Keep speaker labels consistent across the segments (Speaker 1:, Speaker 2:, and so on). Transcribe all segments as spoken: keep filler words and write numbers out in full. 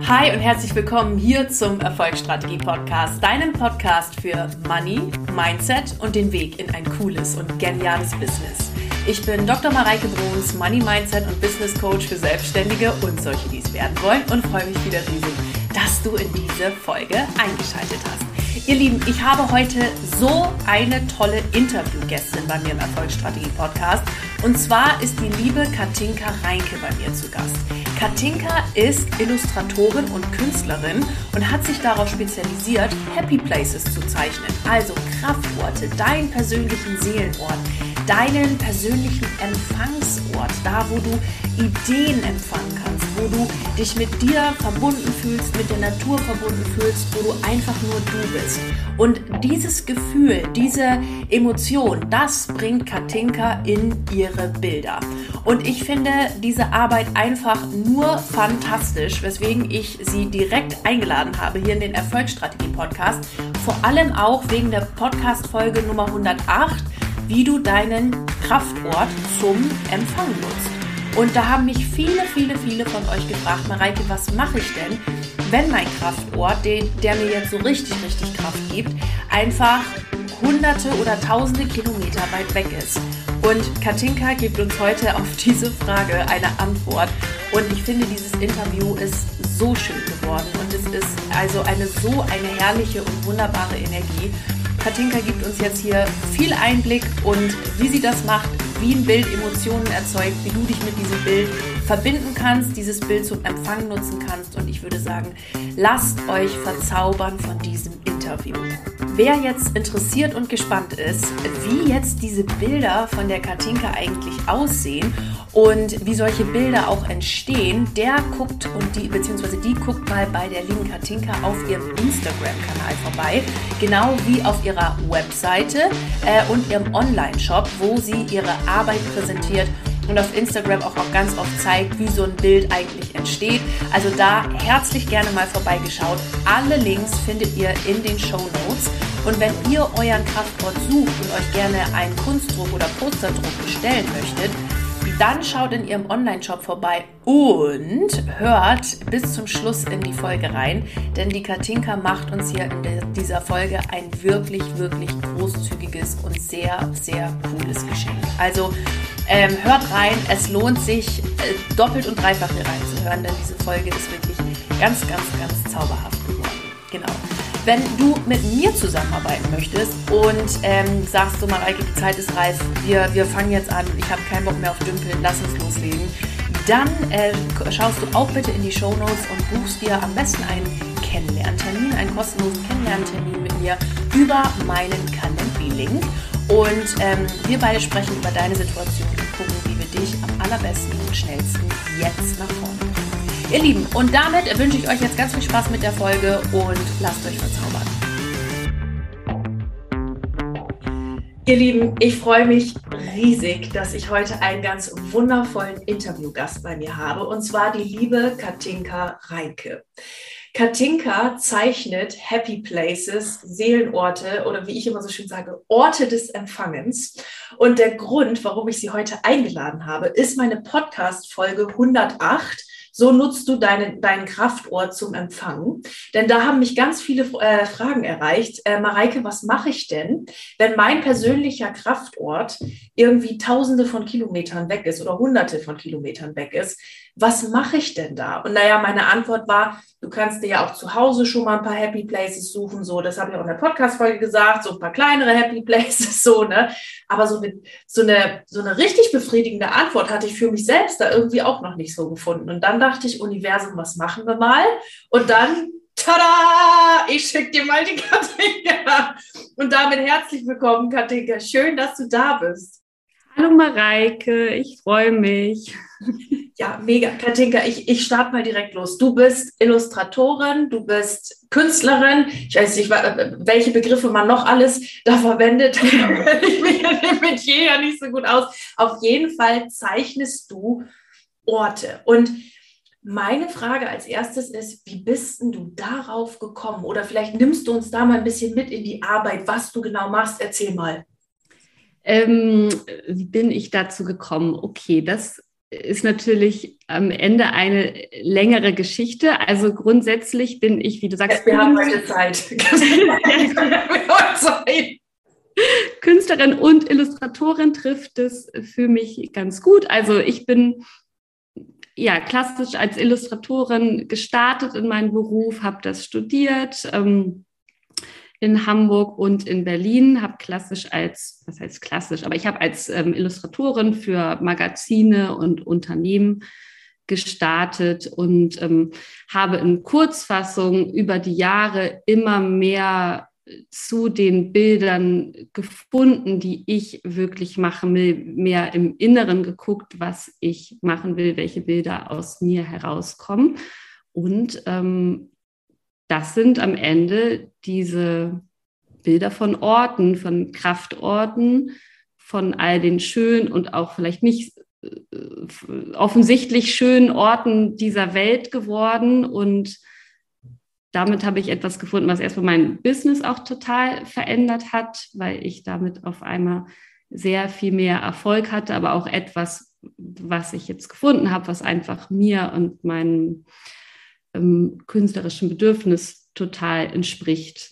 Speaker 1: Hi und herzlich willkommen hier zum Erfolgsstrategie-Podcast, deinem Podcast für Money, Mindset und den Weg in ein cooles und geniales Business. Ich bin Doktor Mareike Bruns, Money, Mindset und Business Coach für Selbstständige und solche, die es werden wollen, und freue mich wieder riesig, dass du in diese Folge eingeschaltet hast. Ihr Lieben, ich habe heute so eine tolle Interviewgästin bei mir im Erfolgsstrategie-Podcast. Und zwar ist die liebe Katinka Reinke bei mir zu Gast. Katinka ist Illustratorin und Künstlerin und hat sich darauf spezialisiert, Happy Places zu zeichnen. Also Kraftorte, deinen persönlichen Seelenort, deinen persönlichen Empfangsort, da wo du Ideen empfangen kannst, wo du dich mit dir verbunden fühlst, mit der Natur verbunden fühlst, wo du einfach nur du bist. Und dieses Gefühl, diese Emotion, das bringt Katinka in ihre Bilder. Und ich finde diese Arbeit einfach nur fantastisch, weswegen ich sie direkt eingeladen habe hier in den Erfolgsstrategie-Podcast. Vor allem auch wegen der Podcast-Folge Nummer hundertacht, wie du deinen Kraftort zum Empfang nutzt. Und da haben mich viele, viele, viele von euch gefragt, Mareike, was mache ich denn, wenn mein Kraftort, den, der mir jetzt so richtig, richtig Kraft gibt, einfach hunderte oder tausende Kilometer weit weg ist. Und Katinka gibt uns heute auf diese Frage eine Antwort. Und ich finde, dieses Interview ist so schön geworden. Und es ist also eine so eine herrliche und wunderbare Energie. Katinka gibt uns jetzt hier viel Einblick und wie sie das macht, wie ein Bild Emotionen erzeugt, wie du dich mit diesem Bild verbinden kannst, dieses Bild zum Empfang nutzen kannst. Und ich würde sagen, lasst euch verzaubern von diesem Interview. Wer jetzt interessiert und gespannt ist, wie jetzt diese Bilder von der Katinka eigentlich aussehen und wie solche Bilder auch entstehen, der guckt und die, beziehungsweise die guckt mal bei der lieben Katinka auf ihrem Instagram-Kanal vorbei, genau wie auf ihrer Webseite äh, und ihrem Online-Shop, wo sie ihre Arbeit präsentiert und auf Instagram auch, auch ganz oft zeigt, wie so ein Bild eigentlich entsteht. Also da herzlich gerne mal vorbeigeschaut. Alle Links findet ihr in den Shownotes. Und wenn ihr euren Kraftort sucht und euch gerne einen Kunstdruck oder Posterdruck bestellen möchtet, dann schaut in ihrem Online-Shop vorbei und hört bis zum Schluss in die Folge rein, denn die Katinka macht uns hier in dieser Folge ein wirklich, wirklich großzügiges und sehr, sehr cooles Geschenk. Also ähm, hört rein, es lohnt sich äh, doppelt und dreifach hier reinzuhören, denn diese Folge ist wirklich ganz, ganz, ganz zauberhaft geworden. Genau. Wenn du mit mir zusammenarbeiten möchtest und ähm, sagst so, Mareike, die Zeit ist reif, wir, wir fangen jetzt an, ich habe keinen Bock mehr auf Dümpeln, lass uns loslegen, dann äh, schaust du auch bitte in die Shownotes und buchst dir am besten einen Kennenlerntermin, einen kostenlosen Kennenlerntermin mit mir über meinen Calendly-Link. Und ähm, wir beide sprechen über deine Situation und gucken, wie wir dich am allerbesten und schnellsten jetzt nach vorne bringen. Ihr Lieben, und damit wünsche ich euch jetzt ganz viel Spaß mit der Folge und lasst euch verzaubern. Ihr Lieben, ich freue mich riesig, dass ich heute einen ganz wundervollen Interviewgast bei mir habe, und zwar die liebe Katinka Reinke. Katinka zeichnet Happy Places, Seelenorte oder wie ich immer so schön sage, Orte des Empfangens. Und der Grund, warum ich sie heute eingeladen habe, ist meine Podcast-Folge hundertacht. So nutzt du deinen, deinen Kraftort zum Empfangen. Denn da haben mich ganz viele äh, Fragen erreicht. Äh, Mareike, was mache ich denn, wenn mein persönlicher Kraftort irgendwie tausende von Kilometern weg ist oder hunderte von Kilometern weg ist? Was mache ich denn da? Und naja, meine Antwort war, du kannst dir ja auch zu Hause schon mal ein paar Happy Places suchen, so, das habe ich auch in der Podcast-Folge gesagt, so ein paar kleinere Happy Places, so, ne, aber so eine, so eine, so eine richtig befriedigende Antwort hatte ich für mich selbst da irgendwie auch noch nicht so gefunden. Und dann dachte ich, Universum, was machen wir mal? Und dann, tada, ich schicke dir mal die Katinka. Und damit herzlich willkommen, Katinka, schön, dass du da bist.
Speaker 2: Hallo Mareike, ich freue mich.
Speaker 1: Ja, mega. Katinka, ich, ich starte mal direkt los. Du bist Illustratorin, du bist Künstlerin. Ich weiß nicht, welche Begriffe man noch alles da verwendet. Ich bin ja dem Metier ja nicht so gut aus. Auf jeden Fall zeichnest du Orte. Und meine Frage als erstes ist, wie bist denn du darauf gekommen? Oder vielleicht nimmst du uns da mal ein bisschen mit in die Arbeit, was du genau machst. Erzähl mal.
Speaker 2: Ähm, wie bin ich dazu gekommen? Okay, das ist natürlich am Ende eine längere Geschichte. Also grundsätzlich bin ich, wie du sagst,
Speaker 1: wir haben heute Zeit.
Speaker 2: Künstlerin und Illustratorin trifft es für mich ganz gut. Also ich bin ja klassisch als Illustratorin gestartet in meinen Beruf, habe das studiert ähm, in Hamburg und in Berlin, habe klassisch als, was heißt klassisch, aber ich habe als ähm, Illustratorin für Magazine und Unternehmen gestartet und ähm, habe in Kurzfassung über die Jahre immer mehr zu den Bildern gefunden, die ich wirklich machen will, mehr im Inneren geguckt, was ich machen will, welche Bilder aus mir herauskommen. Und ähm, das sind am Ende diese Bilder von Orten, von Kraftorten, von all den schönen und auch vielleicht nicht äh, offensichtlich schönen Orten dieser Welt geworden. Und damit habe ich etwas gefunden, was erstmal mein Business auch total verändert hat, weil ich damit auf einmal sehr viel mehr Erfolg hatte, aber auch etwas, was ich jetzt gefunden habe, was einfach mir und meinem ähm, künstlerischen Bedürfnis total entspricht.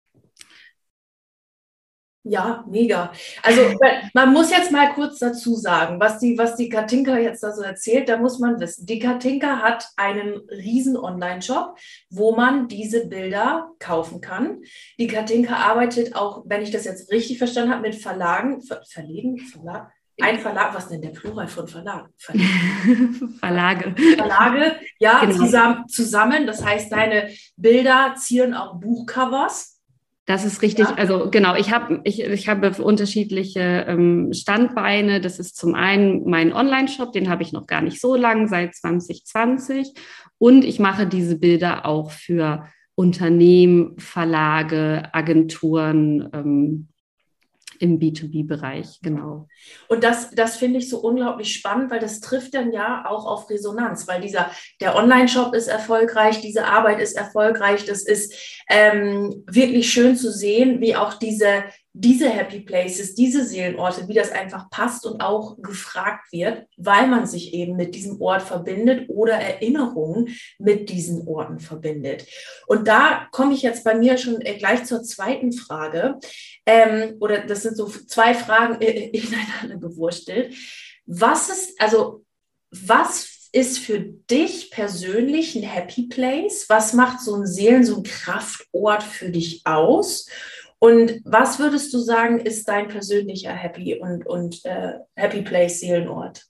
Speaker 1: Ja, mega. Also man muss jetzt mal kurz dazu sagen, was die, was die Katinka jetzt da so erzählt, da muss man wissen. Die Katinka hat einen riesen Online-Shop, wo man diese Bilder kaufen kann. Die Katinka arbeitet auch, wenn ich das jetzt richtig verstanden habe, mit Verlagen, Ver, Verlegen, Verlag, ein Verlag, was denn der Plural von Verlag?
Speaker 2: Verlage.
Speaker 1: Verlage, ja,
Speaker 2: Genau.
Speaker 1: zusammen, zusammen. Das heißt, deine Bilder zieren auch Buchcovers.
Speaker 2: Das ist richtig. Ja. Also genau, ich habe ich, ich habe unterschiedliche ähm, Standbeine. Das ist zum einen mein Online-Shop, den habe ich noch gar nicht so lang, seit zwanzig zwanzig. Und ich mache diese Bilder auch für Unternehmen, Verlage, Agenturen ähm, im B zwei B-Bereich, genau.
Speaker 1: Und das, das finde ich so unglaublich spannend, weil das trifft dann ja auch auf Resonanz, weil dieser, der Online-Shop ist erfolgreich, diese Arbeit ist erfolgreich, das ist ähm, wirklich schön zu sehen, wie auch diese, diese Happy Places, diese Seelenorte, wie das einfach passt und auch gefragt wird, weil man sich eben mit diesem Ort verbindet oder Erinnerungen mit diesen Orten verbindet. Und da komme ich jetzt bei mir schon gleich zur zweiten Frage, ähm, oder das sind so zwei Fragen ineinander gewurstelt. Was ist, also, was ist für dich persönlich ein Happy Place? Was macht so ein Seelen-, so ein Kraftort für dich aus? Und was würdest du sagen, ist dein persönlicher Happy und, und äh, Happy Place Seelenort?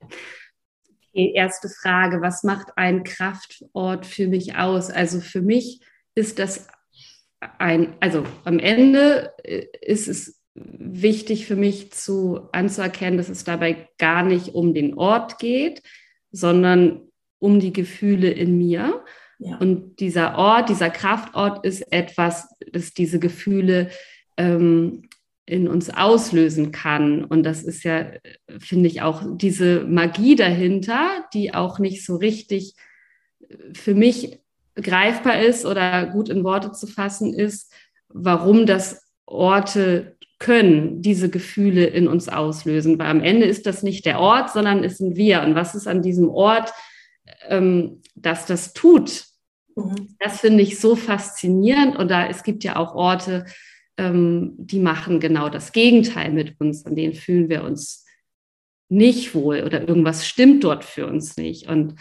Speaker 2: Okay, erste Frage, was macht ein Kraftort für mich aus? Also für mich ist das ein, also am Ende ist es wichtig für mich zu anzuerkennen, dass es dabei gar nicht um den Ort geht, sondern um die Gefühle in mir. Ja. Und dieser Ort, dieser Kraftort ist etwas, das diese Gefühle ähm, in uns auslösen kann. Und das ist ja, finde ich, auch diese Magie dahinter, die auch nicht so richtig für mich greifbar ist oder gut in Worte zu fassen ist, warum das Orte können, diese Gefühle in uns auslösen. Weil am Ende ist das nicht der Ort, sondern es sind wir. Und was ist an diesem Ort, ähm, dass das tut? Mhm. Das finde ich so faszinierend. Und da, es gibt ja auch Orte, ähm, die machen genau das Gegenteil mit uns. An denen fühlen wir uns nicht wohl oder irgendwas stimmt dort für uns nicht. Und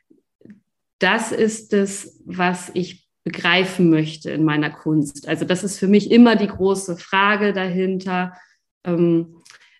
Speaker 2: das ist es, was ich begreifen möchte in meiner Kunst. Also das ist für mich immer die große Frage dahinter. Ähm,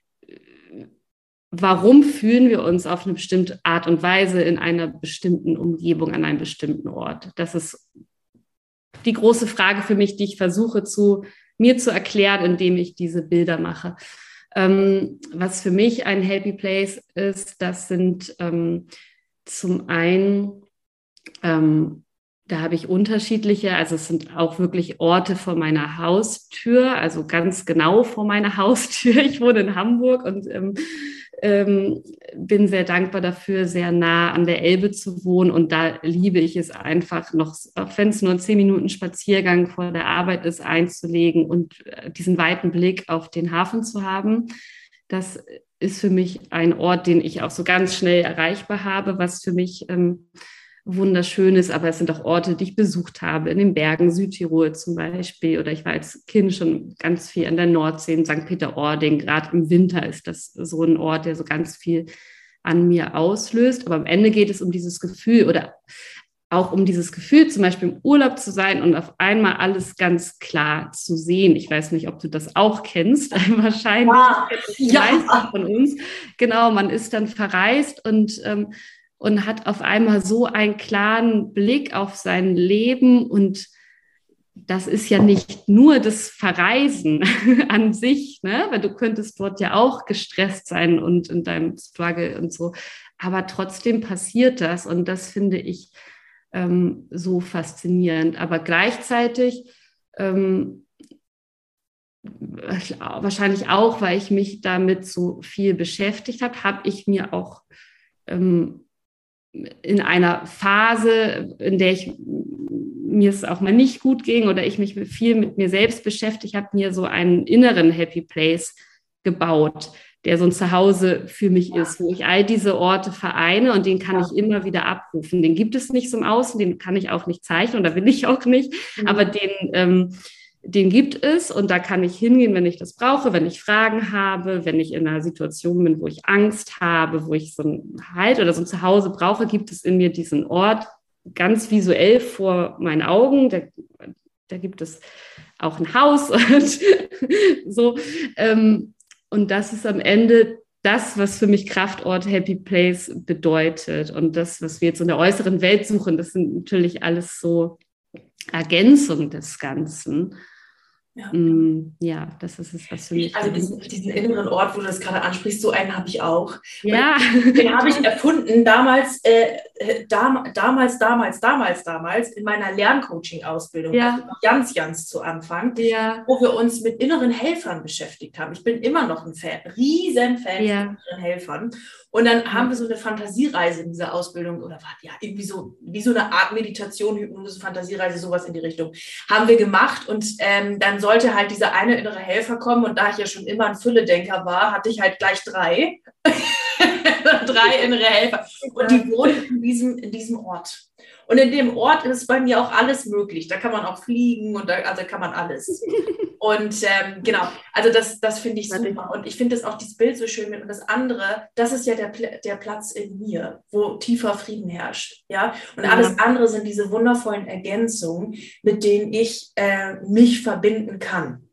Speaker 2: warum fühlen wir uns auf eine bestimmte Art und Weise in einer bestimmten Umgebung, an einem bestimmten Ort? Das ist die große Frage für mich, die ich versuche zu mir zu erklären, indem ich diese Bilder mache. Ähm, was für mich ein Happy Place ist, das sind ähm, zum einen Ähm, da habe ich unterschiedliche, also es sind auch wirklich Orte vor meiner Haustür, also ganz genau vor meiner Haustür. Ich wohne in Hamburg und ähm, ähm, bin sehr dankbar dafür, sehr nah an der Elbe zu wohnen. Und da liebe ich es einfach noch, auch wenn es nur zehn Minuten Spaziergang vor der Arbeit ist, einzulegen und diesen weiten Blick auf den Hafen zu haben. Das ist für mich ein Ort, den ich auch so ganz schnell erreichbar habe, was für mich ähm, wunderschön ist. Aber es sind auch Orte, die ich besucht habe, in den Bergen, Südtirol zum Beispiel. Oder ich war als Kind schon ganz viel an der Nordsee, in Sankt Peter-Ording. Gerade im Winter ist das so ein Ort, der so ganz viel an mir auslöst. Aber am Ende geht es um dieses Gefühl oder auch um dieses Gefühl, zum Beispiel im Urlaub zu sein und auf einmal alles ganz klar zu sehen. Ich weiß nicht, ob du das auch kennst. Wahrscheinlich
Speaker 1: ja.
Speaker 2: die meisten ja. von uns. Genau, man ist dann verreist und, ähm, und hat auf einmal so einen klaren Blick auf sein Leben. Und das ist ja nicht nur das Verreisen an sich, ne? Weil du könntest dort ja auch gestresst sein und in deinem Struggle und so. Aber trotzdem passiert das und das finde ich ähm, so faszinierend. Aber gleichzeitig ähm, wahrscheinlich auch, weil ich mich damit so viel beschäftigt habe, habe ich mir auch ähm, in einer Phase, in der ich mir es auch mal nicht gut ging oder ich mich viel mit mir selbst beschäftigt habe, mir so einen inneren Happy Place gebaut, der so ein Zuhause für mich ja. ist, wo ich all diese Orte vereine und den kann ja. ich immer wieder abrufen. Den gibt es nicht so im Außen, den kann ich auch nicht zeichnen oder will ich auch nicht, mhm. aber den, ähm, den gibt es und da kann ich hingehen, wenn ich das brauche, wenn ich Fragen habe, wenn ich in einer Situation bin, wo ich Angst habe, wo ich so ein Halt oder so ein Zuhause brauche, gibt es in mir diesen Ort ganz visuell vor meinen Augen. Da, da gibt es auch ein Haus und so. Ähm, Und das ist am Ende das, was für mich Kraftort Happy Place bedeutet. Und das, was wir jetzt in der äußeren Welt suchen, das sind natürlich alles so Ergänzungen des Ganzen. Ja, mm, ja das ist es, was für mich...
Speaker 1: Also diesen, diesen inneren Ort, wo du das gerade ansprichst, so einen habe ich auch.
Speaker 2: Ja.
Speaker 1: Den habe ich erfunden damals, äh, dam, damals, damals, damals, damals in meiner Lerncoaching-Ausbildung,
Speaker 2: ja.
Speaker 1: also ganz, ganz zu Anfang,
Speaker 2: ja.
Speaker 1: wo wir uns mit inneren Helfern beschäftigt haben. Ich bin immer noch ein Fan, riesen Fan
Speaker 2: ja.
Speaker 1: von inneren Helfern. Und dann haben wir so eine Fantasiereise in dieser Ausbildung, oder war ja irgendwie so, wie so eine Art Meditation, Hypnose, Fantasiereise, sowas in die Richtung, haben wir gemacht. Und ähm, dann sollte halt dieser eine innere Helfer kommen. Und da ich ja schon immer ein Fülledenker war, hatte ich halt gleich drei. drei innere Helfer. Und die wohnen in diesem, in diesem Ort. Und in dem Ort ist bei mir auch alles möglich. Da kann man auch fliegen und da also kann man alles. Und ähm, genau, also das, das finde ich super. Und ich finde das auch dieses Bild so schön mit. Und das andere, das ist ja der, der Platz in mir, wo tiefer Frieden herrscht. Ja? Und alles ja. andere sind diese wundervollen Ergänzungen, mit denen ich äh, mich verbinden kann.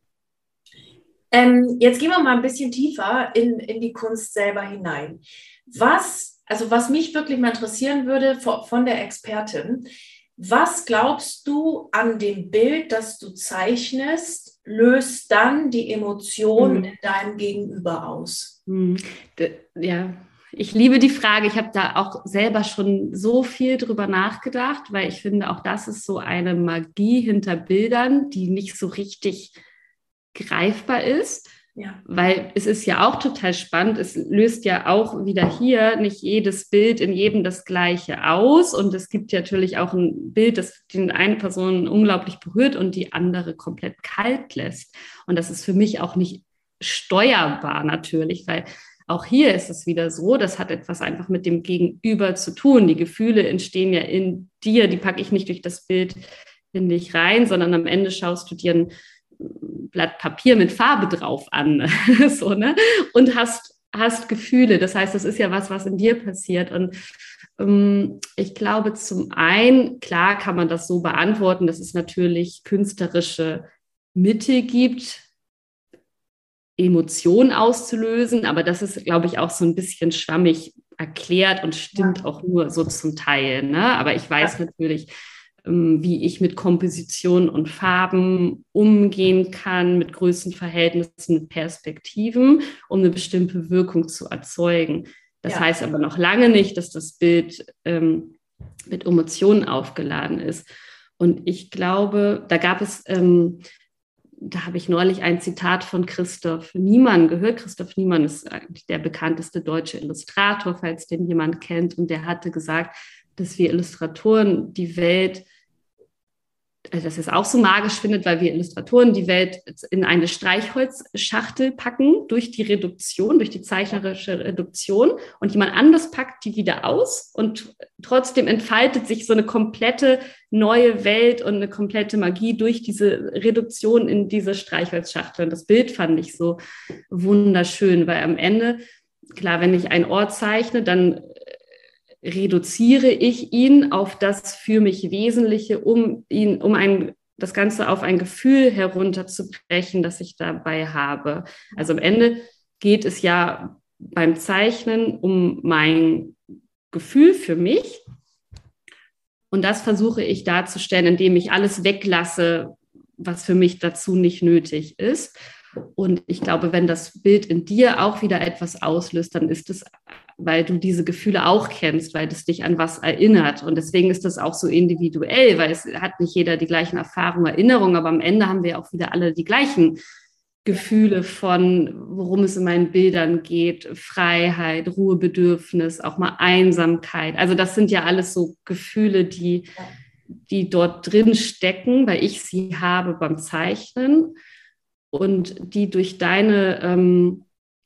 Speaker 1: Ähm, jetzt gehen wir mal ein bisschen tiefer in, in die Kunst selber hinein. Was, also was mich wirklich mal interessieren würde von, von der Expertin, was glaubst du an dem Bild, das du zeichnest, löst dann die Emotion mhm. in deinem Gegenüber aus?
Speaker 2: Mhm. Ja, ich liebe die Frage. Ich habe da auch selber schon so viel drüber nachgedacht, weil ich finde, auch das ist so eine Magie hinter Bildern, die nicht so richtig greifbar ist. Ja. Weil es ist ja auch total spannend, es löst ja auch wieder hier nicht jedes Bild in jedem das Gleiche aus und es gibt ja natürlich auch ein Bild, das die eine Person unglaublich berührt und die andere komplett kalt lässt und das ist für mich auch nicht steuerbar natürlich, weil auch hier ist es wieder so, das hat etwas einfach mit dem Gegenüber zu tun, die Gefühle entstehen ja in dir, die packe ich nicht durch das Bild in dich rein, sondern am Ende schaust du dir ein Blatt Papier mit Farbe drauf an so, ne? Und hast, hast Gefühle. Das heißt, das ist ja was, was in dir passiert. Und ähm, ich glaube, zum einen, klar kann man das so beantworten, dass es natürlich künstlerische Mittel gibt, Emotionen auszulösen. Aber das ist, glaube ich, auch so ein bisschen schwammig erklärt und stimmt ja. auch nur so zum Teil. Ne? Aber ich weiß ja. natürlich, wie ich mit Komposition und Farben umgehen kann, mit Größenverhältnissen, mit Perspektiven, um eine bestimmte Wirkung zu erzeugen. Das ja. heißt aber noch lange nicht, dass das Bild ähm, mit Emotionen aufgeladen ist. Und ich glaube, da gab es, ähm, da habe ich neulich ein Zitat von Christoph Niemann gehört. Christoph Niemann ist eigentlich der bekannteste deutsche Illustrator, falls den jemand kennt. Und der hatte gesagt, dass wir Illustratoren die Welt dass er es auch so magisch findet, weil wir Illustratoren die Welt in eine Streichholzschachtel packen durch die Reduktion, durch die zeichnerische Reduktion und jemand anders packt die wieder aus und trotzdem entfaltet sich so eine komplette neue Welt und eine komplette Magie durch diese Reduktion in diese Streichholzschachtel. Und das Bild fand ich so wunderschön, weil am Ende, klar, wenn ich einen Ort zeichne, dann reduziere ich ihn auf das für mich Wesentliche, um ihn, um ein, das Ganze auf ein Gefühl herunterzubrechen, das ich dabei habe. Also am Ende geht es ja beim Zeichnen um mein Gefühl für mich. Und das versuche ich darzustellen, indem ich alles weglasse, was für mich dazu nicht nötig ist. Und ich glaube, wenn das Bild in dir auch wieder etwas auslöst, dann ist es, weil du diese Gefühle auch kennst, weil es dich an was erinnert. Und deswegen ist das auch so individuell, weil es hat nicht jeder die gleichen Erfahrungen, Erinnerungen, aber am Ende haben wir auch wieder alle die gleichen Gefühle von, worum es in meinen Bildern geht, Freiheit, Ruhebedürfnis, auch mal Einsamkeit. Also das sind ja alles so Gefühle, die, die dort drin stecken, weil ich sie habe beim Zeichnen. Und die durch deine, ähm,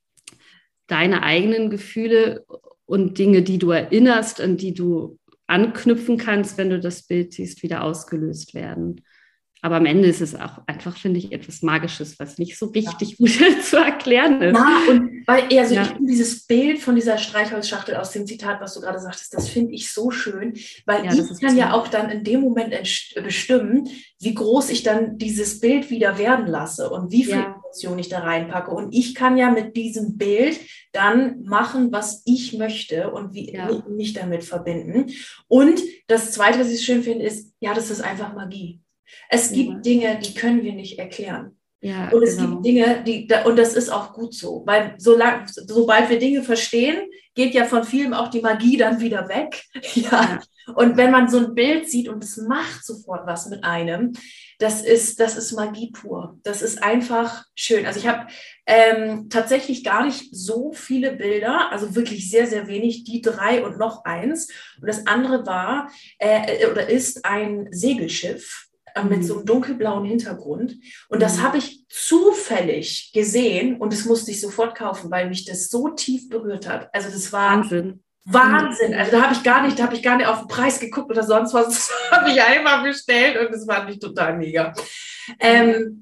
Speaker 2: deine eigenen Gefühle und Dinge, die du erinnerst, an die du anknüpfen kannst, wenn du das Bild siehst, wieder ausgelöst werden. Aber am Ende ist es auch einfach, finde ich, etwas Magisches, was nicht so richtig ja. gut zu erklären ist.
Speaker 1: Ja, und weil, also ja. ich finde dieses Bild von dieser Streichholzschachtel aus dem Zitat, was du gerade sagtest, das finde ich so schön, weil ja, ich kann ja auch dann in dem Moment bestimmen, wie groß ich dann dieses Bild wieder werden lasse und wie viel ja. Emotion ich da reinpacke. Und ich kann ja mit diesem Bild dann machen, was ich möchte und wie ja. mich damit verbinden. Und das Zweite, was ich schön finde, ist, ja, das ist einfach Magie. Es gibt ja. Dinge, die können wir nicht erklären. Ja, und es genau. gibt Dinge, die, und das ist auch gut so, weil solang, sobald wir Dinge verstehen, geht ja von vielem auch die Magie dann wieder weg. Ja. ja. Und wenn man so ein Bild sieht und es macht sofort was mit einem, das ist, das ist Magie pur. Das ist einfach schön. Also ich habe ähm, tatsächlich gar nicht so viele Bilder, also wirklich sehr, sehr wenig, die drei und noch eins. Und das andere war äh, oder ist ein Segelschiff mit so einem dunkelblauen Hintergrund. Und das habe ich zufällig gesehen und das musste ich sofort kaufen, weil mich das so tief berührt hat. Also das war Wahnsinn. Wahnsinn. Also da habe ich gar nicht, da habe ich gar nicht auf den Preis geguckt oder sonst was. Das habe ich einfach bestellt und das fand ich total mega. Ähm,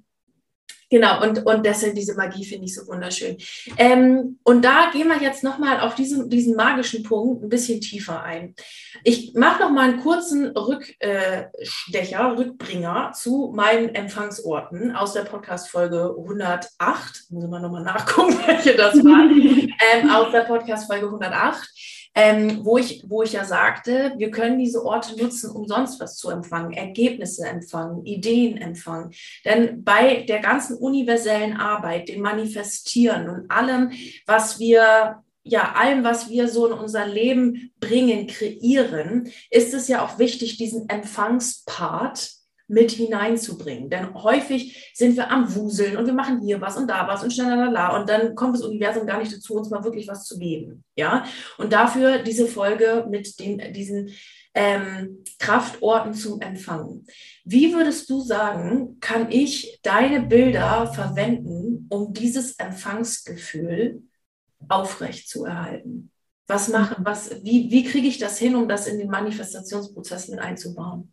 Speaker 1: Genau, und, und deswegen diese Magie finde ich so wunderschön. Ähm, und da gehen wir jetzt nochmal auf diesen, diesen magischen Punkt ein bisschen tiefer ein. Ich mache nochmal einen kurzen Rückstecher, Rückbringer zu meinen Empfangsorten aus der Podcast-Folge hundertacht. Muss man nochmal nachgucken, welche das war. ähm, aus der Podcast-Folge hundertacht. Ähm, wo ich, wo ich ja sagte, wir können diese Orte nutzen, um sonst was zu empfangen, Ergebnisse empfangen, Ideen empfangen. Denn bei der ganzen universellen Arbeit, dem Manifestieren und allem, was wir, ja, allem, was wir so in unser Leben bringen, kreieren, ist es ja auch wichtig, diesen Empfangspart mit hineinzubringen. Denn häufig sind wir am Wuseln und wir machen hier was und da was und schnellalala und dann kommt das Universum gar nicht dazu, uns mal wirklich was zu geben. Ja? Und dafür diese Folge mit den, diesen ähm, Kraftorten zum Empfangen. Wie würdest du sagen, kann ich deine Bilder verwenden, um dieses Empfangsgefühl aufrecht zu erhalten? Was machen, was, wie, wie kriege ich das hin, um das in den Manifestationsprozess mit einzubauen?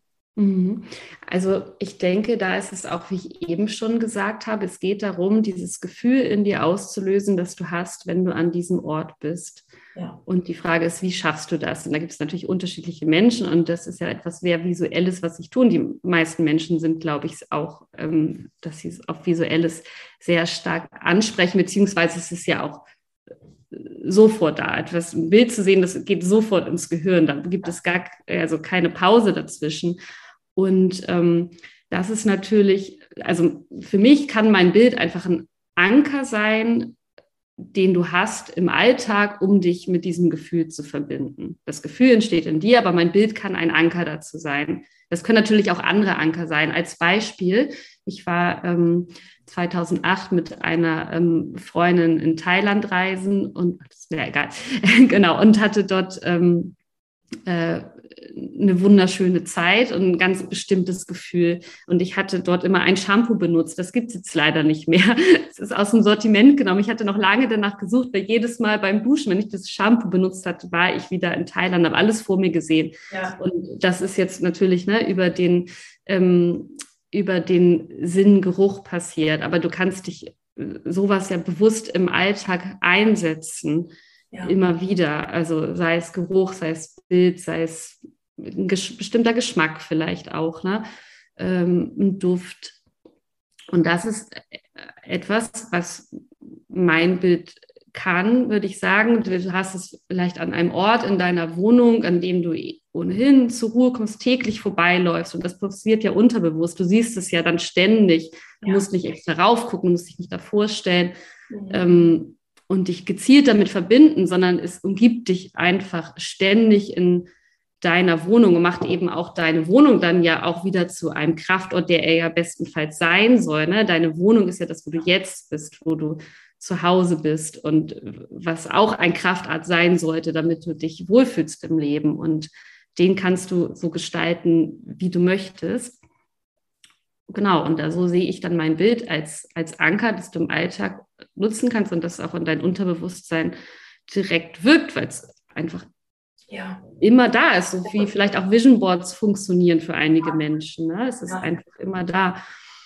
Speaker 2: Also ich denke, da ist es auch, wie ich eben schon gesagt habe, es geht darum, dieses Gefühl in dir auszulösen, das du hast, wenn du an diesem Ort bist. Ja. Und die Frage ist, wie schaffst du das? Und da gibt es natürlich unterschiedliche Menschen und das ist ja etwas sehr Visuelles, was ich tun. Die meisten Menschen sind, glaube ich, auch, ähm, dass sie auf Visuelles sehr stark ansprechen, beziehungsweise es ist ja auch sofort da. Etwas, ein Bild zu sehen, das geht sofort ins Gehirn. Da gibt es gar also keine Pause dazwischen. Und ähm, das ist natürlich, also für mich kann mein Bild einfach ein Anker sein, den du hast im Alltag, um dich mit diesem Gefühl zu verbinden. Das Gefühl entsteht in dir, aber mein Bild kann ein Anker dazu sein. Das können natürlich auch andere Anker sein. Als Beispiel, ich war ähm, zweitausendacht mit einer ähm, Freundin in Thailand reisen und, das ist mir egal, genau, und hatte dort ähm, äh, eine wunderschöne Zeit und ein ganz bestimmtes Gefühl. Und ich hatte dort immer ein Shampoo benutzt. Das gibt es jetzt leider nicht mehr. Es ist aus dem Sortiment genommen. Ich hatte noch lange danach gesucht, weil jedes Mal beim Duschen, wenn ich das Shampoo benutzt hatte, war ich wieder in Thailand, habe alles vor mir gesehen. Ja. Und das ist jetzt natürlich ne, über den, ähm, über den Sinngeruch passiert. Aber du kannst dich sowas ja bewusst im Alltag einsetzen. Ja. Immer wieder, also sei es Geruch, sei es Bild, sei es ein ges- bestimmter Geschmack vielleicht auch, ne? Ähm, ein Duft. Und das ist etwas, was mein Bild kann, würde ich sagen. Du hast es vielleicht an einem Ort in deiner Wohnung, an dem du ohnehin zur Ruhe kommst, täglich vorbeiläufst. Und das passiert ja unterbewusst. Du siehst es ja dann ständig. Du ja. musst nicht extra raufgucken, du musst dich nicht davor stellen. Mhm. Ähm, und dich gezielt damit verbinden, sondern es umgibt dich einfach ständig in deiner Wohnung und macht eben auch deine Wohnung dann ja auch wieder zu einem Kraftort, der er ja bestenfalls sein soll. Ne? Deine Wohnung ist ja das, wo du jetzt bist, wo du zu Hause bist und was auch ein Kraftort sein sollte, damit du dich wohlfühlst im Leben. Und den kannst du so gestalten, wie du möchtest. Genau, und da so sehe ich dann mein Bild als, als Anker, das du im Alltag nutzen kannst und das auch in dein Unterbewusstsein direkt wirkt, weil es einfach ja. immer da ist, so wie vielleicht auch Vision Boards funktionieren für einige Menschen. Ne? Es ist ja. einfach immer da.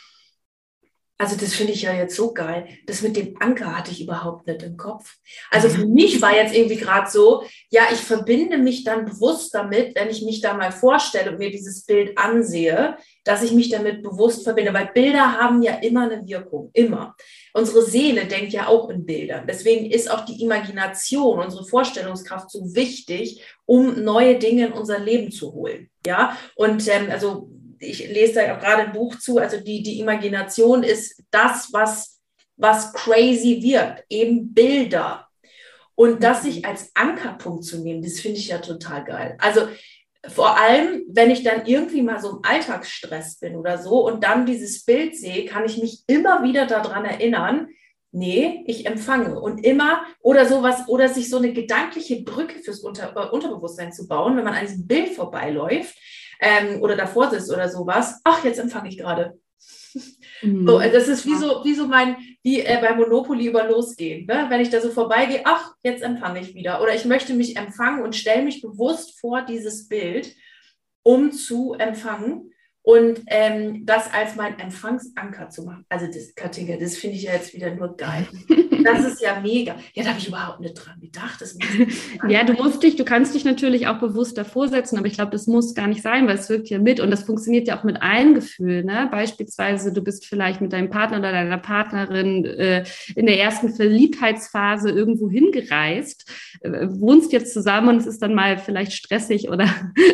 Speaker 3: Also das finde ich ja jetzt so geil. Das mit dem Anker hatte ich überhaupt nicht im Kopf. Also für mich war jetzt irgendwie gerade so, ja, ich verbinde mich dann bewusst damit, wenn ich mich da mal vorstelle und mir dieses Bild ansehe, dass ich mich damit bewusst verbinde, weil Bilder haben ja immer eine Wirkung, immer. Unsere Seele denkt ja auch in Bildern. Deswegen ist auch die Imagination, unsere Vorstellungskraft so wichtig, um neue Dinge in unser Leben zu holen. Ja, und ähm, also ich lese da auch gerade ein Buch zu, also die, die Imagination ist das, was, was crazy wirkt, eben Bilder. Und das sich als Ankerpunkt zu nehmen, das finde ich ja total geil. Also vor allem, wenn ich dann irgendwie mal so im Alltagsstress bin oder so und dann dieses Bild sehe, kann ich mich immer wieder daran erinnern, nee, ich empfange. Und immer, oder sowas, oder sich so eine gedankliche Brücke fürs Unter, äh, Unterbewusstsein zu bauen, wenn man an diesem Bild vorbeiläuft, Ähm, oder davor sitzt oder sowas, ach, jetzt empfange ich gerade. Mhm. So, das ist wie so, wie so mein, wie äh, bei Monopoly über Losgehen. Ne? Wenn ich da so vorbeigehe, ach, jetzt empfange ich wieder. Oder ich möchte mich empfangen und stelle mich bewusst vor dieses Bild, um zu empfangen und ähm, das als mein Empfangsanker zu machen. Also das, Katinka, das finde ich ja jetzt wieder nur geil. Das ist ja mega. Ja, da habe ich überhaupt nicht dran gedacht. Das
Speaker 2: ja, du musst dich, du kannst dich natürlich auch bewusst davor setzen, aber ich glaube, das muss gar nicht sein, weil es wirkt ja mit und das funktioniert ja auch mit allen Gefühlen. Ne? Beispielsweise, du bist vielleicht mit deinem Partner oder deiner Partnerin äh, in der ersten Verliebtheitsphase irgendwo hingereist, äh, wohnst jetzt zusammen und es ist dann mal vielleicht stressig oder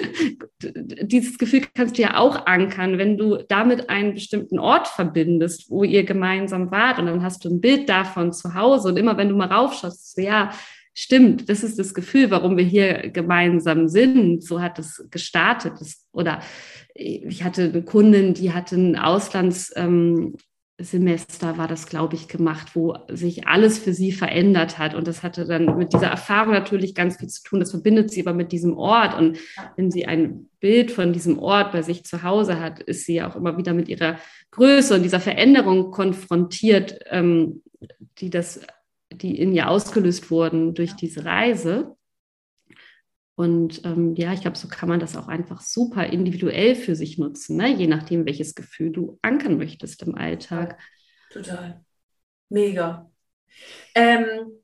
Speaker 2: dieses Gefühl kannst du ja auch ankern, wenn du damit einen bestimmten Ort verbindest, wo ihr gemeinsam wart und dann hast du ein Bild davon zu Hause und immer wenn du mal raufschaust, so, ja, stimmt, das ist das Gefühl, warum wir hier gemeinsam sind, so hat es gestartet. Das, oder ich hatte eine Kundin, die hatte ein Auslandssemester, ähm, war das, glaube ich, gemacht, wo sich alles für sie verändert hat und das hatte dann mit dieser Erfahrung natürlich ganz viel zu tun, das verbindet sie aber mit diesem Ort und wenn sie ein Bild von diesem Ort bei sich zu Hause hat, ist sie ja auch immer wieder mit ihrer Größe und dieser Veränderung konfrontiert, ähm, die das, die in ihr ausgelöst wurden durch diese Reise. Und ähm, ja, ich glaube, so kann man das auch einfach super individuell für sich nutzen, ne? Je nachdem, welches Gefühl du ankern möchtest im Alltag.
Speaker 3: Total. Mega. Ähm,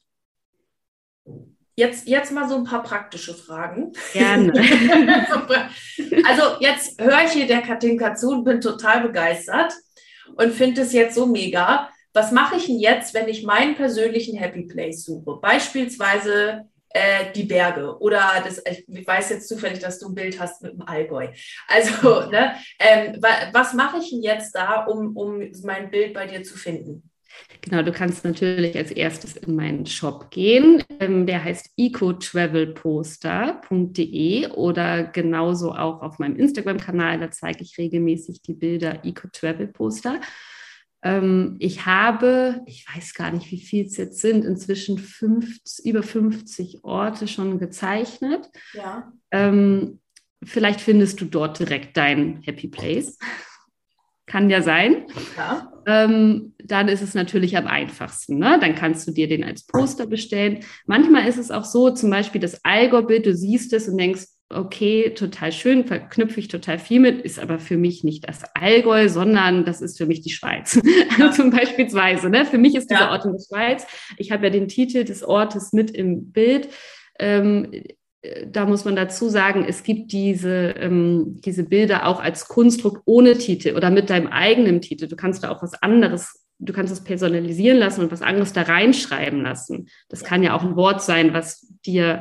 Speaker 3: jetzt, jetzt mal so ein paar praktische Fragen.
Speaker 2: Gerne.
Speaker 3: Also jetzt höre ich hier der Katinka zu und bin total begeistert und finde es jetzt so mega. Was mache ich denn jetzt, wenn ich meinen persönlichen Happy Place suche? Beispielsweise äh, die Berge oder das, ich weiß jetzt zufällig, dass du ein Bild hast mit dem Allgäu. Also, ne, ähm, wa- was mache ich denn jetzt da, um, um mein Bild bei dir zu finden?
Speaker 2: Genau, du kannst natürlich als erstes in meinen Shop gehen. Ähm, der heißt eco travel poster punkt de oder genauso auch auf meinem Instagram-Kanal. Da zeige ich regelmäßig die Bilder Eco Travel Poster. Ähm, ich habe, ich weiß gar nicht, wie viel es jetzt sind, inzwischen fünfzig, über fünfzig Orte schon gezeichnet.
Speaker 3: Ja.
Speaker 2: Ähm, vielleicht findest du dort direkt dein Happy Place. Kann ja sein.
Speaker 3: Ja.
Speaker 2: Ähm, dann ist es natürlich am einfachsten. Ne? Dann kannst du dir den als Poster bestellen. Manchmal ist es auch so, zum Beispiel das Allgäu-Bild, du siehst es und denkst, okay, total schön, verknüpfe ich total viel mit, ist aber für mich nicht das Allgäu, sondern das ist für mich die Schweiz. Ja. Zum Beispielsweise. Ne? Für mich ist dieser ja. Ort in der Schweiz. Ich habe ja den Titel des Ortes mit im Bild. Ähm, Da muss man dazu sagen, es gibt diese, ähm, diese Bilder auch als Kunstdruck ohne Titel oder mit deinem eigenen Titel. Du kannst da auch was anderes, du kannst es personalisieren lassen und was anderes da reinschreiben lassen. Das kann ja auch ein Wort sein, was dir,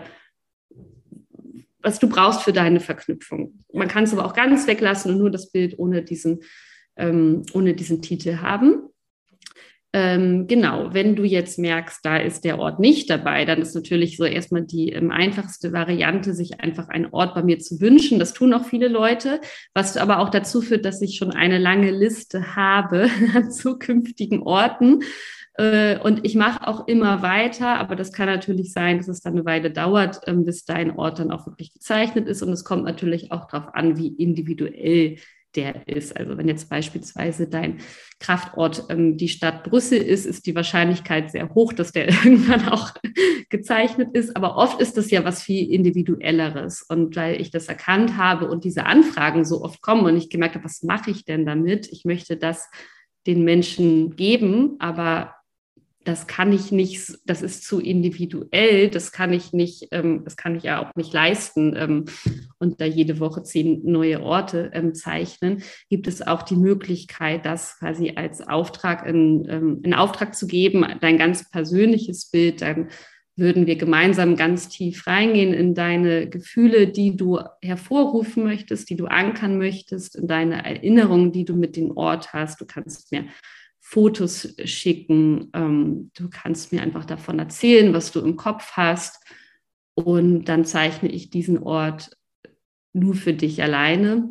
Speaker 2: was du brauchst für deine Verknüpfung. Man kann es aber auch ganz weglassen und nur das Bild ohne diesen, ähm, ohne diesen Titel haben. Ähm, genau, wenn du jetzt merkst, da ist der Ort nicht dabei, dann ist natürlich so erstmal die ähm, einfachste Variante, sich einfach einen Ort bei mir zu wünschen. Das tun auch viele Leute, was aber auch dazu führt, dass ich schon eine lange Liste habe an zukünftigen Orten. Äh, und ich mache auch immer weiter, aber das kann natürlich sein, dass es dann eine Weile dauert, ähm, bis dein Ort dann auch wirklich gezeichnet ist. Und es kommt natürlich auch darauf an, wie individuell der ist. Also wenn jetzt beispielsweise dein Kraftort ähm, die Stadt Brüssel ist, ist die Wahrscheinlichkeit sehr hoch, dass der irgendwann auch gezeichnet ist. Aber oft ist das ja was viel Individuelleres. Und weil ich das erkannt habe und diese Anfragen so oft kommen und ich gemerkt habe, was mache ich denn damit? Ich möchte das den Menschen geben, aber das kann ich nicht, das ist zu individuell, das kann ich nicht, ähm, das kann ich ja auch nicht leisten ähm, und da jede Woche zehn neue Orte ähm, zeichnen, gibt es auch die Möglichkeit, das quasi als Auftrag in, ähm, in Auftrag zu geben, dein ganz persönliches Bild, dann würden wir gemeinsam ganz tief reingehen in deine Gefühle, die du hervorrufen möchtest, die du ankern möchtest, in deine Erinnerungen, die du mit dem Ort hast. Du kannst mir Fotos schicken. Ähm, du kannst mir einfach davon erzählen, was du im Kopf hast. Und dann zeichne ich diesen Ort nur für dich alleine.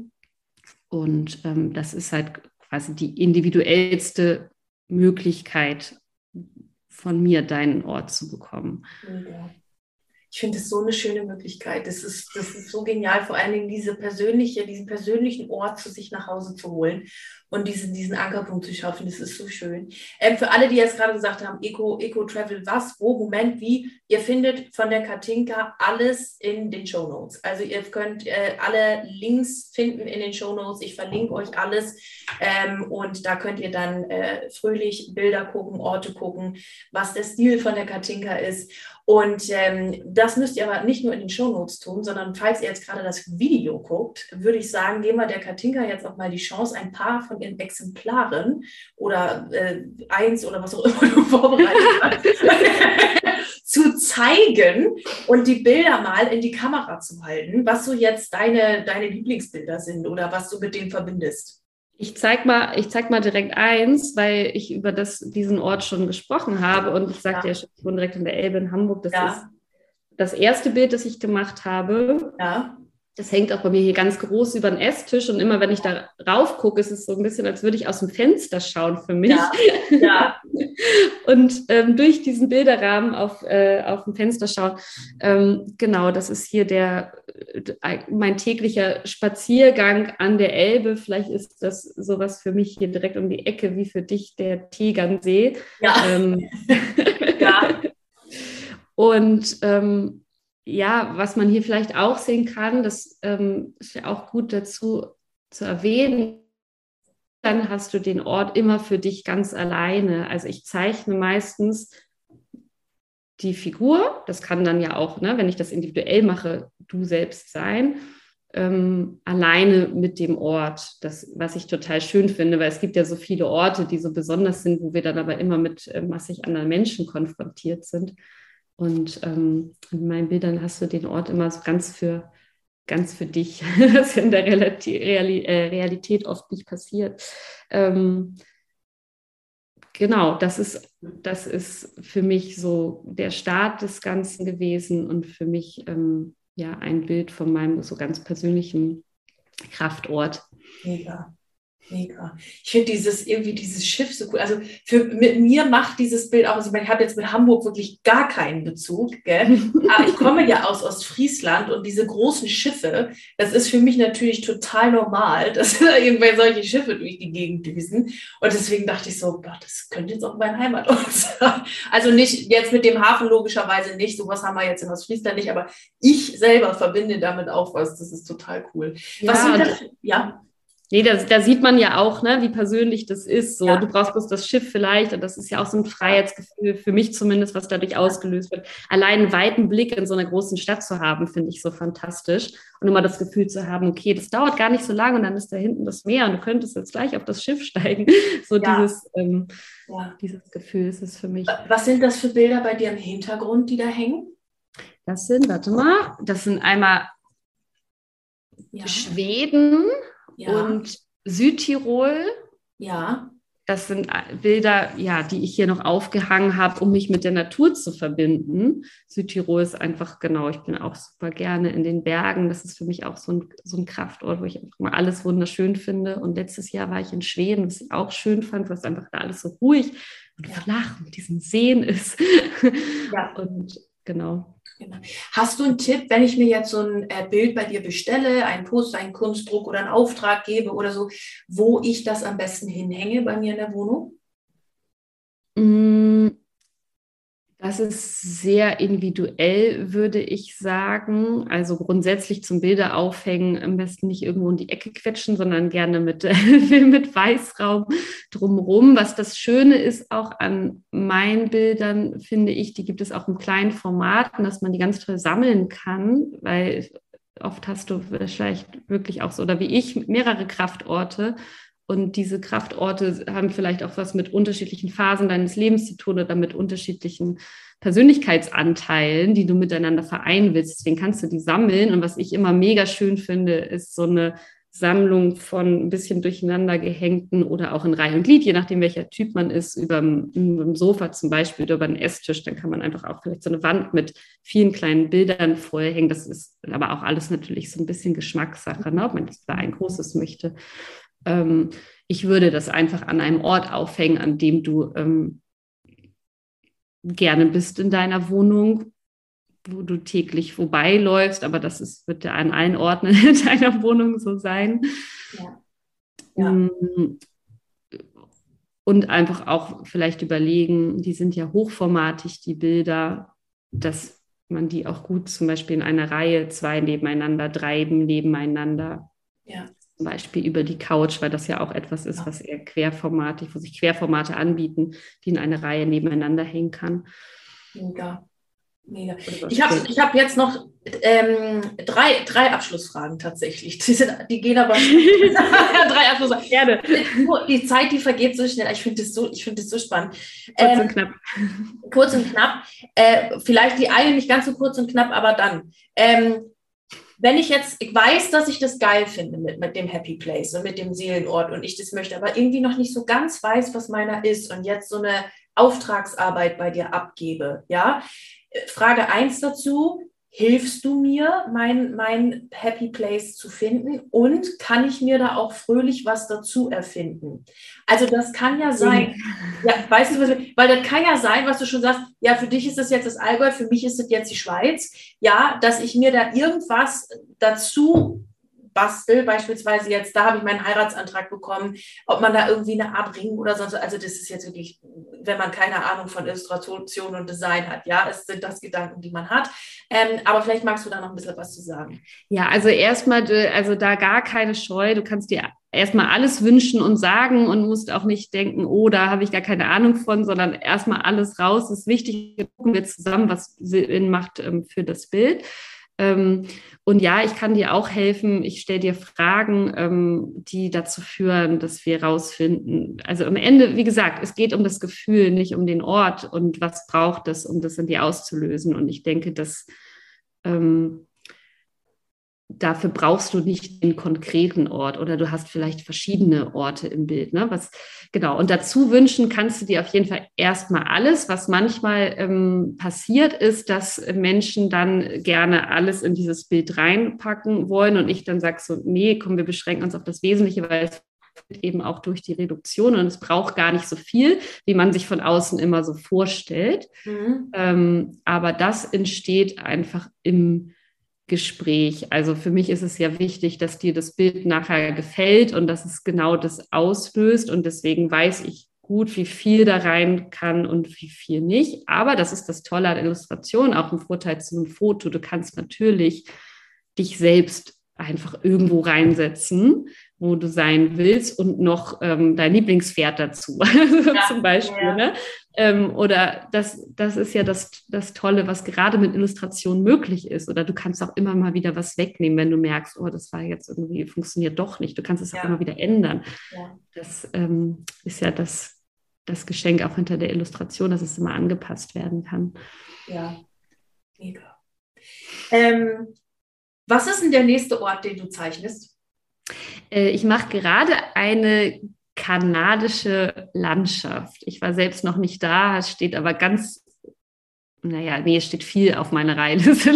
Speaker 2: Und ähm, das ist halt quasi die individuellste Möglichkeit von mir, deinen Ort zu bekommen.
Speaker 3: Ja. Ich finde es so eine schöne Möglichkeit. Das ist, das ist so genial, vor allen Dingen diese persönliche, diesen persönlichen Ort zu sich nach Hause zu holen und diesen, diesen Ankerpunkt zu schaffen. Das ist so schön. Ähm, für alle, die jetzt gerade gesagt haben, Eco, Eco Travel, was, wo, Moment, wie, ihr findet von der Katinka alles in den Shownotes. Also ihr könnt äh, alle Links finden in den Shownotes. Ich verlinke euch alles ähm, und da könnt ihr dann äh, fröhlich Bilder gucken, Orte gucken, was der Stil von der Katinka ist. Und ähm, das müsst ihr aber nicht nur in den Shownotes tun, sondern falls ihr jetzt gerade das Video guckt, würde ich sagen, geben wir der Katinka jetzt auch mal die Chance, ein paar von ihren Exemplaren oder äh, eins oder was auch immer du vorbereitet hast, zu zeigen und die Bilder mal in die Kamera zu halten, was so jetzt deine, deine Lieblingsbilder sind oder was du mit denen verbindest.
Speaker 2: Ich zeig mal, ich zeig mal direkt eins, weil ich über das, diesen Ort schon gesprochen habe und ich sagte ja, ja schon, ich wohne direkt in der Elbe in Hamburg. Das ja. ist das erste Bild, das ich gemacht habe.
Speaker 3: Ja.
Speaker 2: Das hängt auch bei mir hier ganz groß über den Esstisch und immer, wenn ich da rauf gucke, ist es so ein bisschen, als würde ich aus dem Fenster schauen für mich.
Speaker 3: Ja. Ja.
Speaker 2: Und ähm, durch diesen Bilderrahmen auf, äh, auf dem Fenster schauen, ähm, genau, das ist hier der, äh, mein täglicher Spaziergang an der Elbe. Vielleicht ist das sowas für mich hier direkt um die Ecke, wie für dich der Tegernsee.
Speaker 3: Ja.
Speaker 2: Ähm,
Speaker 3: ja.
Speaker 2: Und ähm, ja, was man hier vielleicht auch sehen kann, das ähm, ist ja auch gut dazu zu erwähnen, dann hast du den Ort immer für dich ganz alleine. Also ich zeichne meistens die Figur, das kann dann ja auch, ne, wenn ich das individuell mache, du selbst sein, ähm, alleine mit dem Ort, das, was ich total schön finde, weil es gibt ja so viele Orte, die so besonders sind, wo wir dann aber immer mit äh, massig anderen Menschen konfrontiert sind. Und ähm, in meinen Bildern hast du den Ort immer so ganz für, ganz für dich, was in der Realität, Reali- äh, Realität oft nicht passiert. Ähm, genau, das ist, das ist für mich so der Start des Ganzen gewesen und für mich ähm, ja ein Bild von meinem so ganz persönlichen Kraftort.
Speaker 3: Mega. Mega. Ich finde dieses irgendwie dieses Schiff so cool. Also für mit mir macht dieses Bild auch, also ich meine, ich habe jetzt mit Hamburg wirklich gar keinen Bezug, gell? Aber ich komme ja aus Ostfriesland und diese großen Schiffe, das ist für mich natürlich total normal, dass da irgendwelche solche Schiffe durch die Gegend düsen. Und deswegen dachte ich so, boah, das könnte jetzt auch mein Heimatort sein. Also nicht jetzt mit dem Hafen logischerweise nicht, sowas haben wir jetzt in Ostfriesland nicht, aber ich selber verbinde damit auch was. Das ist total cool. Was
Speaker 2: Ja,
Speaker 3: sind das? Ja.
Speaker 2: Nee, da, da sieht man ja auch, ne, wie persönlich das ist. So,
Speaker 3: Ja.
Speaker 2: du brauchst bloß das Schiff vielleicht, und das ist ja auch so ein Freiheitsgefühl, für mich zumindest, was dadurch ausgelöst wird. Allein einen weiten Blick in so einer großen Stadt zu haben, finde ich so fantastisch. Und immer das Gefühl zu haben, okay, das dauert gar nicht so lange und dann ist da hinten das Meer und du könntest jetzt gleich auf das Schiff steigen. So
Speaker 3: Ja.
Speaker 2: dieses, ähm,
Speaker 3: Ja.
Speaker 2: dieses Gefühl ist es für mich.
Speaker 3: Was sind das für Bilder bei dir im Hintergrund, die da hängen?
Speaker 2: Das sind, warte mal, das sind einmal
Speaker 3: Ja.
Speaker 2: Schweden
Speaker 3: Ja.
Speaker 2: und Südtirol.
Speaker 3: Ja.
Speaker 2: Das sind Bilder, ja, die ich hier noch aufgehangen habe, um mich mit der Natur zu verbinden. Südtirol ist einfach, genau, ich bin auch super gerne in den Bergen. Das ist für mich auch so ein, so ein Kraftort, wo ich einfach mal alles wunderschön finde. Und letztes Jahr war ich in Schweden, was ich auch schön fand, was einfach da alles so ruhig und
Speaker 3: Ja.
Speaker 2: flach mit diesen Seen ist.
Speaker 3: Ja.
Speaker 2: Und genau.
Speaker 3: Genau. Hast du einen Tipp, wenn ich mir jetzt so ein äh, Bild bei dir bestelle, einen Poster, einen Kunstdruck oder einen Auftrag gebe oder so, wo ich das am besten hinhänge bei mir in der Wohnung?
Speaker 2: Mm, Das ist sehr individuell, würde ich sagen. Also grundsätzlich zum Bilder aufhängen, am besten nicht irgendwo in die Ecke quetschen, sondern gerne mit, mit Weißraum drumherum. Was das Schöne ist auch an meinen Bildern, finde ich, die gibt es auch im kleinen Format, dass man die ganz toll sammeln kann, weil oft hast du vielleicht wirklich auch so, oder wie ich, mehrere Kraftorte. Und diese Kraftorte haben vielleicht auch was mit unterschiedlichen Phasen deines Lebens zu tun oder mit unterschiedlichen Persönlichkeitsanteilen, die du miteinander vereinen willst. Deswegen kannst du die sammeln. Und was ich immer mega schön finde, ist so eine Sammlung von ein bisschen durcheinander gehängten oder auch in Reihe und Glied, je nachdem, welcher Typ man ist, über dem Sofa zum Beispiel oder über einen Esstisch. Dann kann man einfach auch vielleicht so eine Wand mit vielen kleinen Bildern vorhängen. Das ist aber auch alles natürlich so ein bisschen Geschmackssache, ne? Ob man das bei ein großes möchte. Ähm, ich würde das einfach an einem Ort aufhängen, an dem du ähm, gerne bist in deiner Wohnung, wo du täglich vorbeiläufst, aber das ist, wird ja an allen Orten in deiner Wohnung so sein.
Speaker 3: Ja. Ja.
Speaker 2: Und einfach auch vielleicht überlegen, die sind ja hochformatig, die Bilder, dass man die auch gut zum Beispiel in einer Reihe, zwei nebeneinander, drei nebeneinander,
Speaker 3: Ja.
Speaker 2: zum Beispiel über die Couch, weil das ja auch etwas ist, was eher querformatig, wo sich Querformate anbieten, die in eine Reihe nebeneinander hängen kann.
Speaker 3: Mega. Mega. Ich habe ich hab jetzt noch ähm, drei, drei Abschlussfragen tatsächlich. Die, sind, die gehen aber drei Abschlussfragen.
Speaker 2: Gerne.
Speaker 3: Die Zeit, die vergeht so schnell. Ich finde das, so, find das so spannend.
Speaker 2: Kurz
Speaker 3: Ähm,
Speaker 2: und knapp.
Speaker 3: Kurz und knapp. Äh, vielleicht die eine nicht ganz so kurz und knapp, aber dann. Ähm, Wenn ich jetzt, ich weiß, dass ich das geil finde mit, mit dem Happy Place und mit dem Seelenort und ich das möchte, aber irgendwie noch nicht so ganz weiß, was meiner ist und jetzt so eine Auftragsarbeit bei dir abgebe, ja. Frage eins dazu, hilfst du mir, mein, mein Happy Place zu finden und kann ich mir da auch fröhlich was dazu erfinden? Also das kann ja sein, ja, weißt du, was, weil das kann ja sein, was du schon sagst, ja, für dich ist das jetzt das Allgäu, für mich ist das jetzt die Schweiz, ja, dass ich mir da irgendwas dazu bastel, beispielsweise jetzt, da habe ich meinen Heiratsantrag bekommen, ob man da irgendwie eine Art Ring oder sonst, also das ist jetzt wirklich, wenn man keine Ahnung von Illustration und Design hat, ja, es sind das Gedanken, die man hat, ähm, aber vielleicht magst du da noch ein bisschen was zu sagen.
Speaker 2: Ja, also erstmal, also da gar keine Scheu, du kannst dir erstmal alles wünschen und sagen und musst auch nicht denken, oh, da habe ich gar keine Ahnung von, sondern erstmal alles raus, das ist wichtig, gucken wir zusammen, was Sinn macht ähm, für das Bild. Ähm, und ja, ich kann dir auch helfen. Ich stelle dir Fragen, ähm, die dazu führen, dass wir rausfinden. Also am Ende, wie gesagt, es geht um das Gefühl, nicht um den Ort und was braucht es, um das in dir auszulösen. Und ich denke, dass ähm, dafür brauchst du nicht den konkreten Ort oder du hast vielleicht verschiedene Orte im Bild. Ne? Was, genau. Und dazu wünschen kannst du dir auf jeden Fall erstmal alles. Was manchmal ähm, passiert ist, dass Menschen dann gerne alles in dieses Bild reinpacken wollen und ich dann sage so, nee, komm, wir beschränken uns auf das Wesentliche, weil es eben auch durch die Reduktion und es braucht gar nicht so viel, wie man sich von außen immer so vorstellt. Mhm. Ähm, aber das entsteht einfach im Gespräch. Also für mich ist es ja wichtig, dass dir das Bild nachher gefällt und dass es genau das auslöst und deswegen weiß ich gut, wie viel da rein kann und wie viel nicht. Aber das ist das Tolle an Illustration, auch im Vorteil zu einem Foto. Du kannst natürlich dich selbst einfach irgendwo reinsetzen, wo du sein willst und noch ähm, dein Lieblingspferd dazu, ja, zum Beispiel. Ja. Ne? Ähm, oder das, das ist ja das, das Tolle, was gerade mit Illustration möglich ist. Oder du kannst auch immer mal wieder was wegnehmen, wenn du merkst, oh, das war jetzt irgendwie, funktioniert doch nicht. Du kannst es ja auch immer wieder ändern. Ja. Das ähm, ist ja das, das Geschenk auch hinter der Illustration, dass es immer angepasst werden kann.
Speaker 3: Ja, mega. Ähm, Was ist denn der nächste Ort, den du zeichnest?
Speaker 2: Äh, ich mache gerade eine kanadische Landschaft. Ich war selbst noch nicht da, es steht aber ganz, naja, nee, es steht viel auf meiner Reiheliste.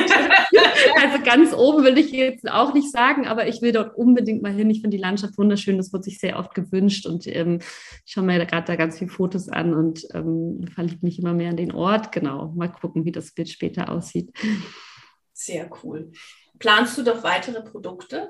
Speaker 2: Also ganz oben will ich jetzt auch nicht sagen, aber ich will dort unbedingt mal hin. Ich finde die Landschaft wunderschön, das wurde sich sehr oft gewünscht und ähm, ich schaue mir gerade da ganz viele Fotos an und ähm, verliebe mich immer mehr an den Ort. Genau, mal gucken, wie das Bild später aussieht.
Speaker 3: Sehr cool. Planst du doch weitere Produkte?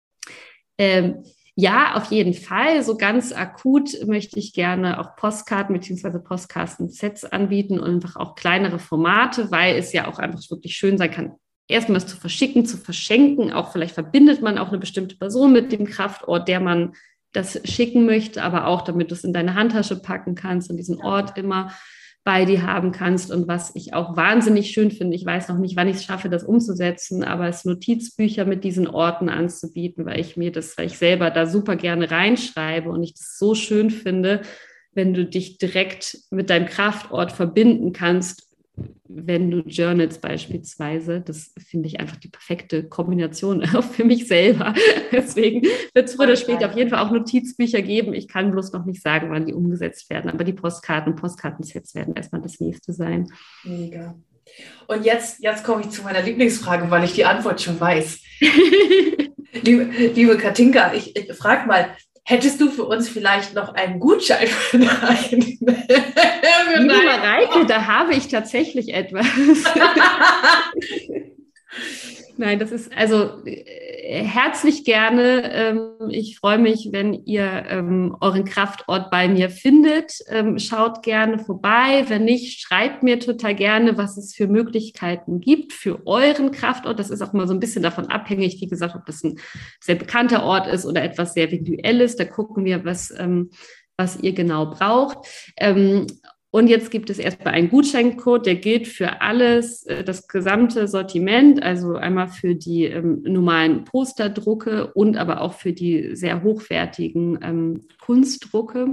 Speaker 2: Ähm, ja, auf jeden Fall. So ganz akut möchte ich gerne auch Postkarten bzw. Postkarten-Sets anbieten und einfach auch kleinere Formate, weil es ja auch einfach wirklich schön sein kann, erstmal was zu verschicken, zu verschenken. Auch vielleicht verbindet man auch eine bestimmte Person mit dem Kraftort, der man das schicken möchte, aber auch damit du es in deine Handtasche packen kannst und diesen Ort immer bei dir haben kannst. Und was ich auch wahnsinnig schön finde, ich weiß noch nicht, wann ich es schaffe, das umzusetzen, aber es Notizbücher mit diesen Orten anzubieten, weil ich mir das, weil ich selber da super gerne reinschreibe und ich das so schön finde, wenn du dich direkt mit deinem Kraftort verbinden kannst, wenn du journalst beispielsweise. Das finde ich einfach die perfekte Kombination auch für mich selber. Deswegen wird es früher oder später auf jeden Fall auch Notizbücher geben. Ich kann bloß noch nicht sagen, wann die umgesetzt werden, aber die Postkarten, Postkartensets werden erstmal das nächste sein.
Speaker 3: Mega. Und jetzt, jetzt komme ich zu meiner Lieblingsfrage, weil ich die Antwort schon weiß. liebe, liebe Katinka, ich, ich frage mal, hättest du für uns vielleicht noch einen Gutschein für dein?
Speaker 2: Liebe Mareike, da habe ich tatsächlich etwas. Nein, das ist also äh, herzlich gerne. Ähm, ich freue mich, wenn ihr ähm, euren Kraftort bei mir findet. Ähm, schaut gerne vorbei. Wenn nicht, schreibt mir total gerne, was es für Möglichkeiten gibt für euren Kraftort. Das ist auch mal so ein bisschen davon abhängig, wie gesagt, ob das ein sehr bekannter Ort ist oder etwas sehr Visuelles. Da gucken wir, was, ähm, was ihr genau braucht. Ähm, Und jetzt gibt es erstmal einen Gutscheincode, der gilt für alles, das gesamte Sortiment, also einmal für die ähm, normalen Posterdrucke und aber auch für die sehr hochwertigen ähm, Kunstdrucke.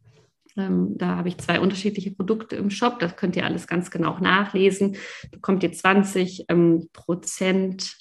Speaker 2: Ähm, da habe ich zwei unterschiedliche Produkte im Shop, das könnt ihr alles ganz genau nachlesen. Bekommt ihr zwanzig ähm, Prozent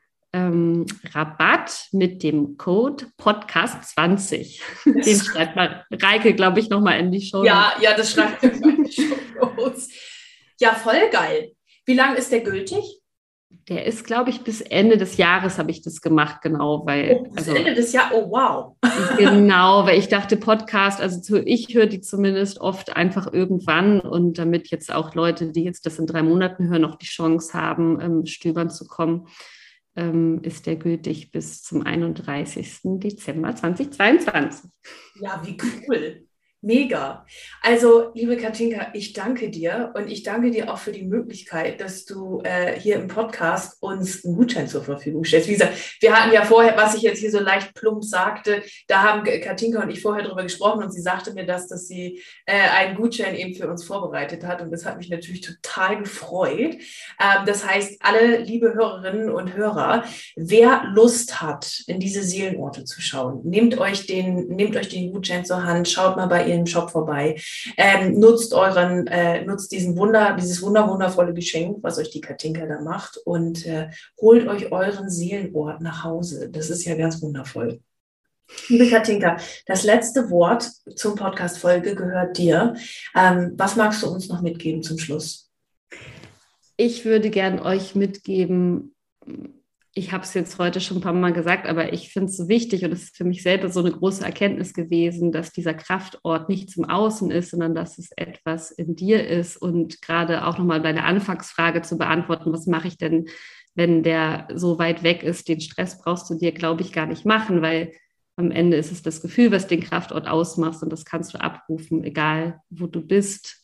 Speaker 2: Ähm, Rabatt mit dem Code Podcast zwanzig. Den schreibt mal Reike, glaube ich, nochmal in die Show.
Speaker 3: Ja, ja, das schreibt er in die Show. Ja, voll geil. Wie lange ist der gültig?
Speaker 2: Der ist, glaube ich, bis Ende des Jahres habe ich das gemacht, genau, weil.
Speaker 3: Oh, bis also, Ende des Jahres, oh wow.
Speaker 2: Genau, weil ich dachte, Podcast, also ich höre die zumindest oft einfach irgendwann und damit jetzt auch Leute, die jetzt das in drei Monaten hören, noch die Chance haben, ähm, stöbern zu kommen, ist der gültig bis zum einunddreißigsten Dezember zweitausendzweiundzwanzig.
Speaker 3: Ja, wie cool. Mega. Also, liebe Katinka, ich danke dir und ich danke dir auch für die Möglichkeit, dass du äh, hier im Podcast uns einen Gutschein zur Verfügung stellst. Wie gesagt, wir hatten ja vorher, was ich jetzt hier so leicht plump sagte, da haben Katinka und ich vorher drüber gesprochen und sie sagte mir das, dass sie äh, einen Gutschein eben für uns vorbereitet hat und das hat mich natürlich total gefreut. Ähm, das heißt, alle liebe Hörerinnen und Hörer, wer Lust hat, in diese Seelenorte zu schauen, nehmt euch den, nehmt euch den Gutschein zur Hand, schaut mal bei ihrem Shop vorbei, ähm, nutzt euren, äh, nutzt diesen Wunder, dieses wunder wundervolle Geschenk, was euch die Katinka da macht und äh, holt euch euren Seelenort nach Hause. Das ist ja ganz wundervoll. Liebe Katinka, das letzte Wort zum Podcast-Folge gehört dir. Ähm, was magst du uns noch mitgeben zum Schluss?
Speaker 2: Ich würde gern euch mitgeben, ich habe es jetzt heute schon ein paar Mal gesagt, aber ich finde es so wichtig und es ist für mich selber so eine große Erkenntnis gewesen, dass dieser Kraftort nicht zum Außen ist, sondern dass es etwas in dir ist. Und gerade auch nochmal deine Anfangsfrage zu beantworten, was mache ich denn, wenn der so weit weg ist? Den Stress brauchst du dir, glaube ich, gar nicht machen, weil am Ende ist es das Gefühl, was den Kraftort ausmacht und das kannst du abrufen, egal wo du bist.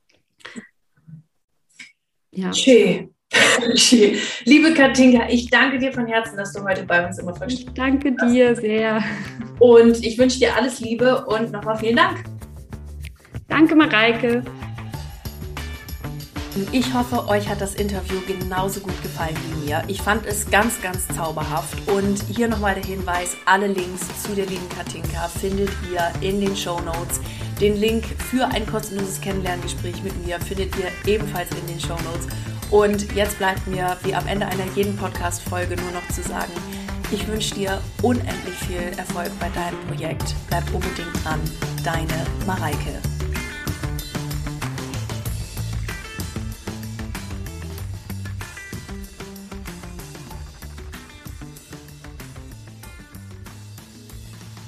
Speaker 3: Ja. Schön. Schön. Liebe Katinka, ich danke dir von Herzen, dass du heute bei uns immer verstehst.
Speaker 2: Ich danke dir sehr.
Speaker 3: Und ich wünsche dir alles Liebe und nochmal vielen Dank.
Speaker 2: Danke, Mareike.
Speaker 1: Ich hoffe, euch hat das Interview genauso gut gefallen wie mir. Ich fand es ganz, ganz zauberhaft. Und hier nochmal der Hinweis, alle Links zu der lieben Katinka findet ihr in den Shownotes. Den Link für ein kostenloses Kennenlerngespräch mit mir findet ihr ebenfalls in den Shownotes. Und jetzt bleibt mir, wie am Ende einer jeden Podcast-Folge, nur noch zu sagen, ich wünsche dir unendlich viel Erfolg bei deinem Projekt. Bleib unbedingt dran. Deine Mareike.